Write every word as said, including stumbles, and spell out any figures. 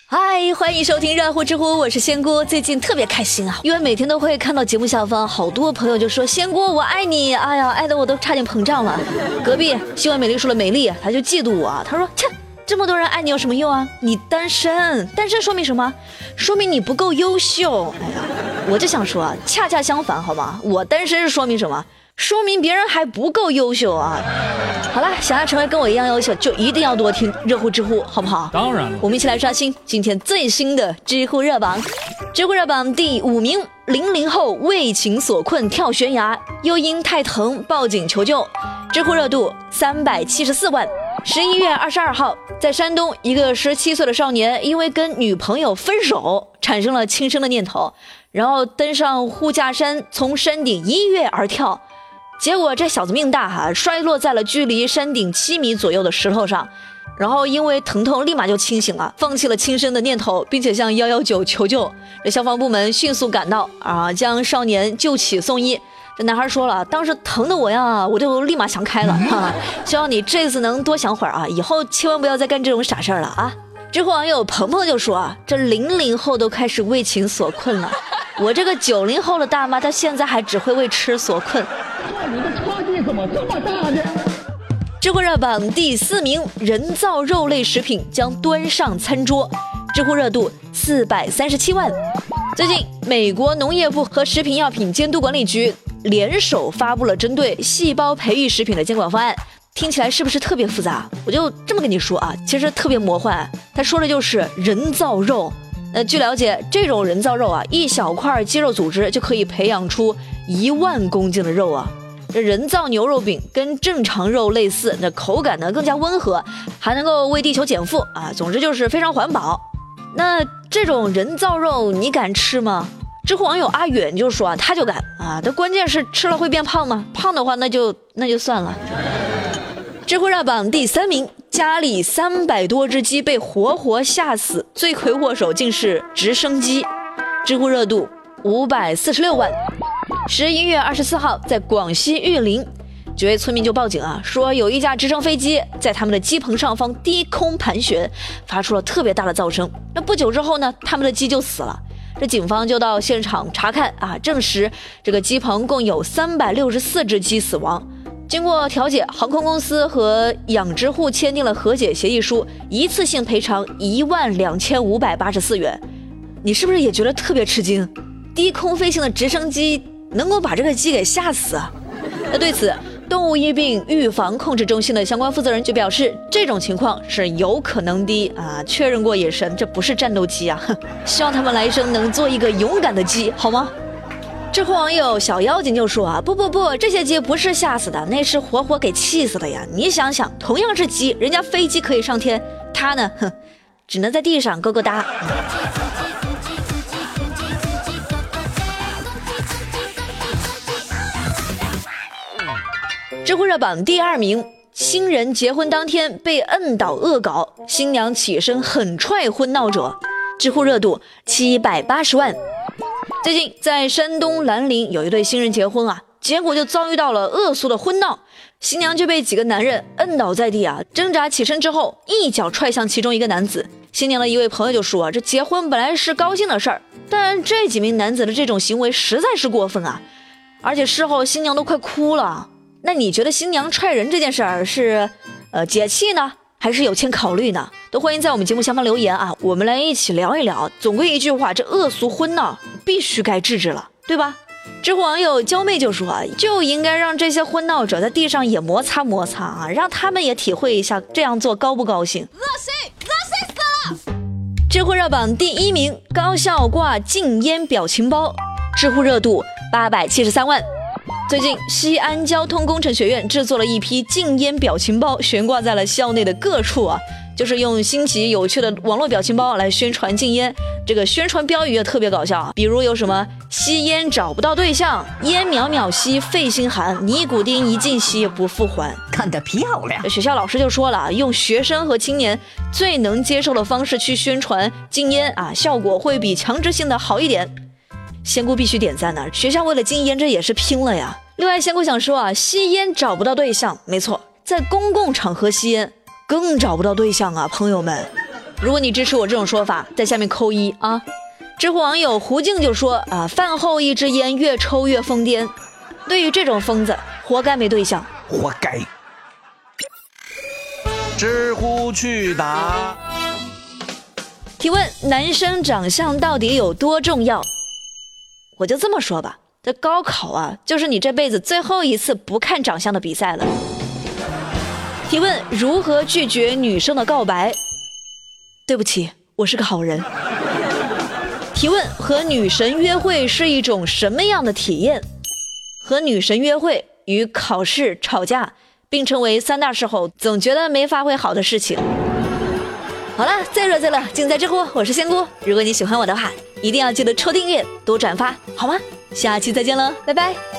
嗨，欢迎收听热乎知乎，我是仙姑。最近特别开心啊，因为每天都会看到节目下方好多朋友就说仙姑我爱你，哎呀，爱的我都差点膨胀了。隔壁新闻美丽说了美丽，他就嫉妒我，他说切，这么多人爱你有什么用啊？你单身，单身说明什么？说明你不够优秀。哎呀，我就想说啊，恰恰相反好吗？我单身是说明什么？说明别人还不够优秀啊！好了，想要成为跟我一样优秀，就一定要多听热乎知乎，好不好？ 当然了， 我们一起来刷新今天最新的知乎热榜。知乎热榜第五名，零零后为情所困跳悬崖，又因太疼报警求救，知乎热度三百七十四万。十一月二十二号，在山东，一个十七岁的少年因为跟女朋友分手，产生了轻生的念头，然后登上护架山，从山顶一跃而跳。结果这小子命大哈、啊，摔落在了距离山顶七米左右的石头上，然后因为疼痛立马就清醒了，放弃了轻生的念头，并且向一一九求救。这消防部门迅速赶到啊，将少年救起送医。这男孩说了，当时疼的我呀，我就立马想开了啊，希望你这次能多想会儿啊，以后千万不要再干这种傻事儿了啊。知乎网友鹏鹏就说啊，这零零后都开始为情所困了，我这个九零后的大妈到现在还只会为吃所困。 你的差距怎么这么大呢？ 知乎热榜第四名，人造肉类食品将端上餐桌，知乎热度四百三十七万。最近，美国农业部和食品药品监督管理局联手发布了针对细胞培育食品的监管方案。听起来是不是特别复杂？我就这么跟你说啊，其实特别魔幻。他说的就是人造肉。呃，据了解，这种人造肉啊，一小块肌肉组织就可以培养出一万公斤的肉啊。这人造牛肉饼跟正常肉类似，这口感呢更加温和，还能够为地球减负啊。总之就是非常环保。那这种人造肉你敢吃吗？知乎网友阿远就说啊，他就敢啊。但关键是吃了会变胖吗？胖的话那就那就算了。知乎热榜第三名，家里三百多只鸡被活活吓死，罪魁祸首竟是直升机，知乎热度五百四十六万。十一月二十四号，在广西玉林，几位村民就报警啊，说有一架直升飞机在他们的鸡棚上方低空盘旋，发出了特别大的噪声。那不久之后呢，他们的鸡就死了。这警方就到现场查看啊，证实这个鸡棚共有三百六十四只鸡死亡。经过调解，航空公司和养殖户签订了和解协议书，一次性赔偿一万两千五百八十四元。你是不是也觉得特别吃惊？低空飞行的直升机能够把这个鸡给吓死啊？那对此，动物疫病预防控制中心的相关负责人就表示，这种情况是有可能的啊，确认过眼神，这不是战斗机啊，希望他们来生能做一个勇敢的鸡，好吗？知乎网友小妖精就说啊，不不不，这些鸡不是吓死的，那是活活给气死的呀！你想想，同样是鸡，人家飞机可以上天，它呢，哼，只能在地上勾勾搭。知乎热榜第二名，新人结婚当天被摁倒恶搞，新娘起身狠踹婚闹者，知乎热度七百八十万。最近在山东兰陵有一对新人结婚啊，结果就遭遇到了恶俗的婚闹，新娘就被几个男人摁倒在地啊，挣扎起身之后一脚踹向其中一个男子。新娘的一位朋友就说啊，这结婚本来是高兴的事儿，但这几名男子的这种行为实在是过分啊，而且事后新娘都快哭了。那你觉得新娘踹人这件事儿是呃解气呢，还是有欠考虑呢？都欢迎在我们节目下方留言啊，我们来一起聊一聊。总归一句话，这恶俗婚闹必须该制止了，对吧？知乎网友娇妹就说啊，就应该让这些婚闹者在地上也摩擦摩擦啊，让他们也体会一下这样做高不高兴。 恶心，恶心死了！ 知乎热榜第一名，高校挂禁烟表情包，知乎热度八百七十三万。最近，西安交通工程学院制作了一批禁烟表情包，悬挂在了校内的各处啊，就是用新奇有趣的网络表情包来宣传禁烟。这个宣传标语也特别搞笑啊，比如有什么吸烟找不到对象，烟秒秒吸肺心寒，尼古丁一进吸不复还。 看得漂亮。 学校老师就说了，用学生和青年最能接受的方式去宣传禁烟啊，效果会比强制性的好一点。仙姑必须点赞呢、啊，学校为了禁烟这也是拼了呀。另外，仙姑想说啊，吸烟找不到对象，没错，在公共场合吸烟更找不到对象啊，朋友们。 如果你支持我这种说法，在下面扣一啊。知乎网友胡静就说啊，饭后一支烟越抽越疯癫，对于这种疯子，活该没对象， 活该。知乎去答。 提问：男生长相到底有多重要？我就这么说吧，这高考啊，就是你这辈子最后一次不看长相的比赛了。提问：如何拒绝女生的告白？对不起，我是个好人。提问：和女神约会是一种什么样的体验？和女神约会与考试、吵架并称为三大事后总觉得没发挥好的事情。好了，最热最乐尽在知乎，我是仙姑。如果你喜欢我的话，一定要记得抽订阅、多转发，好吗？下期再见了，拜拜。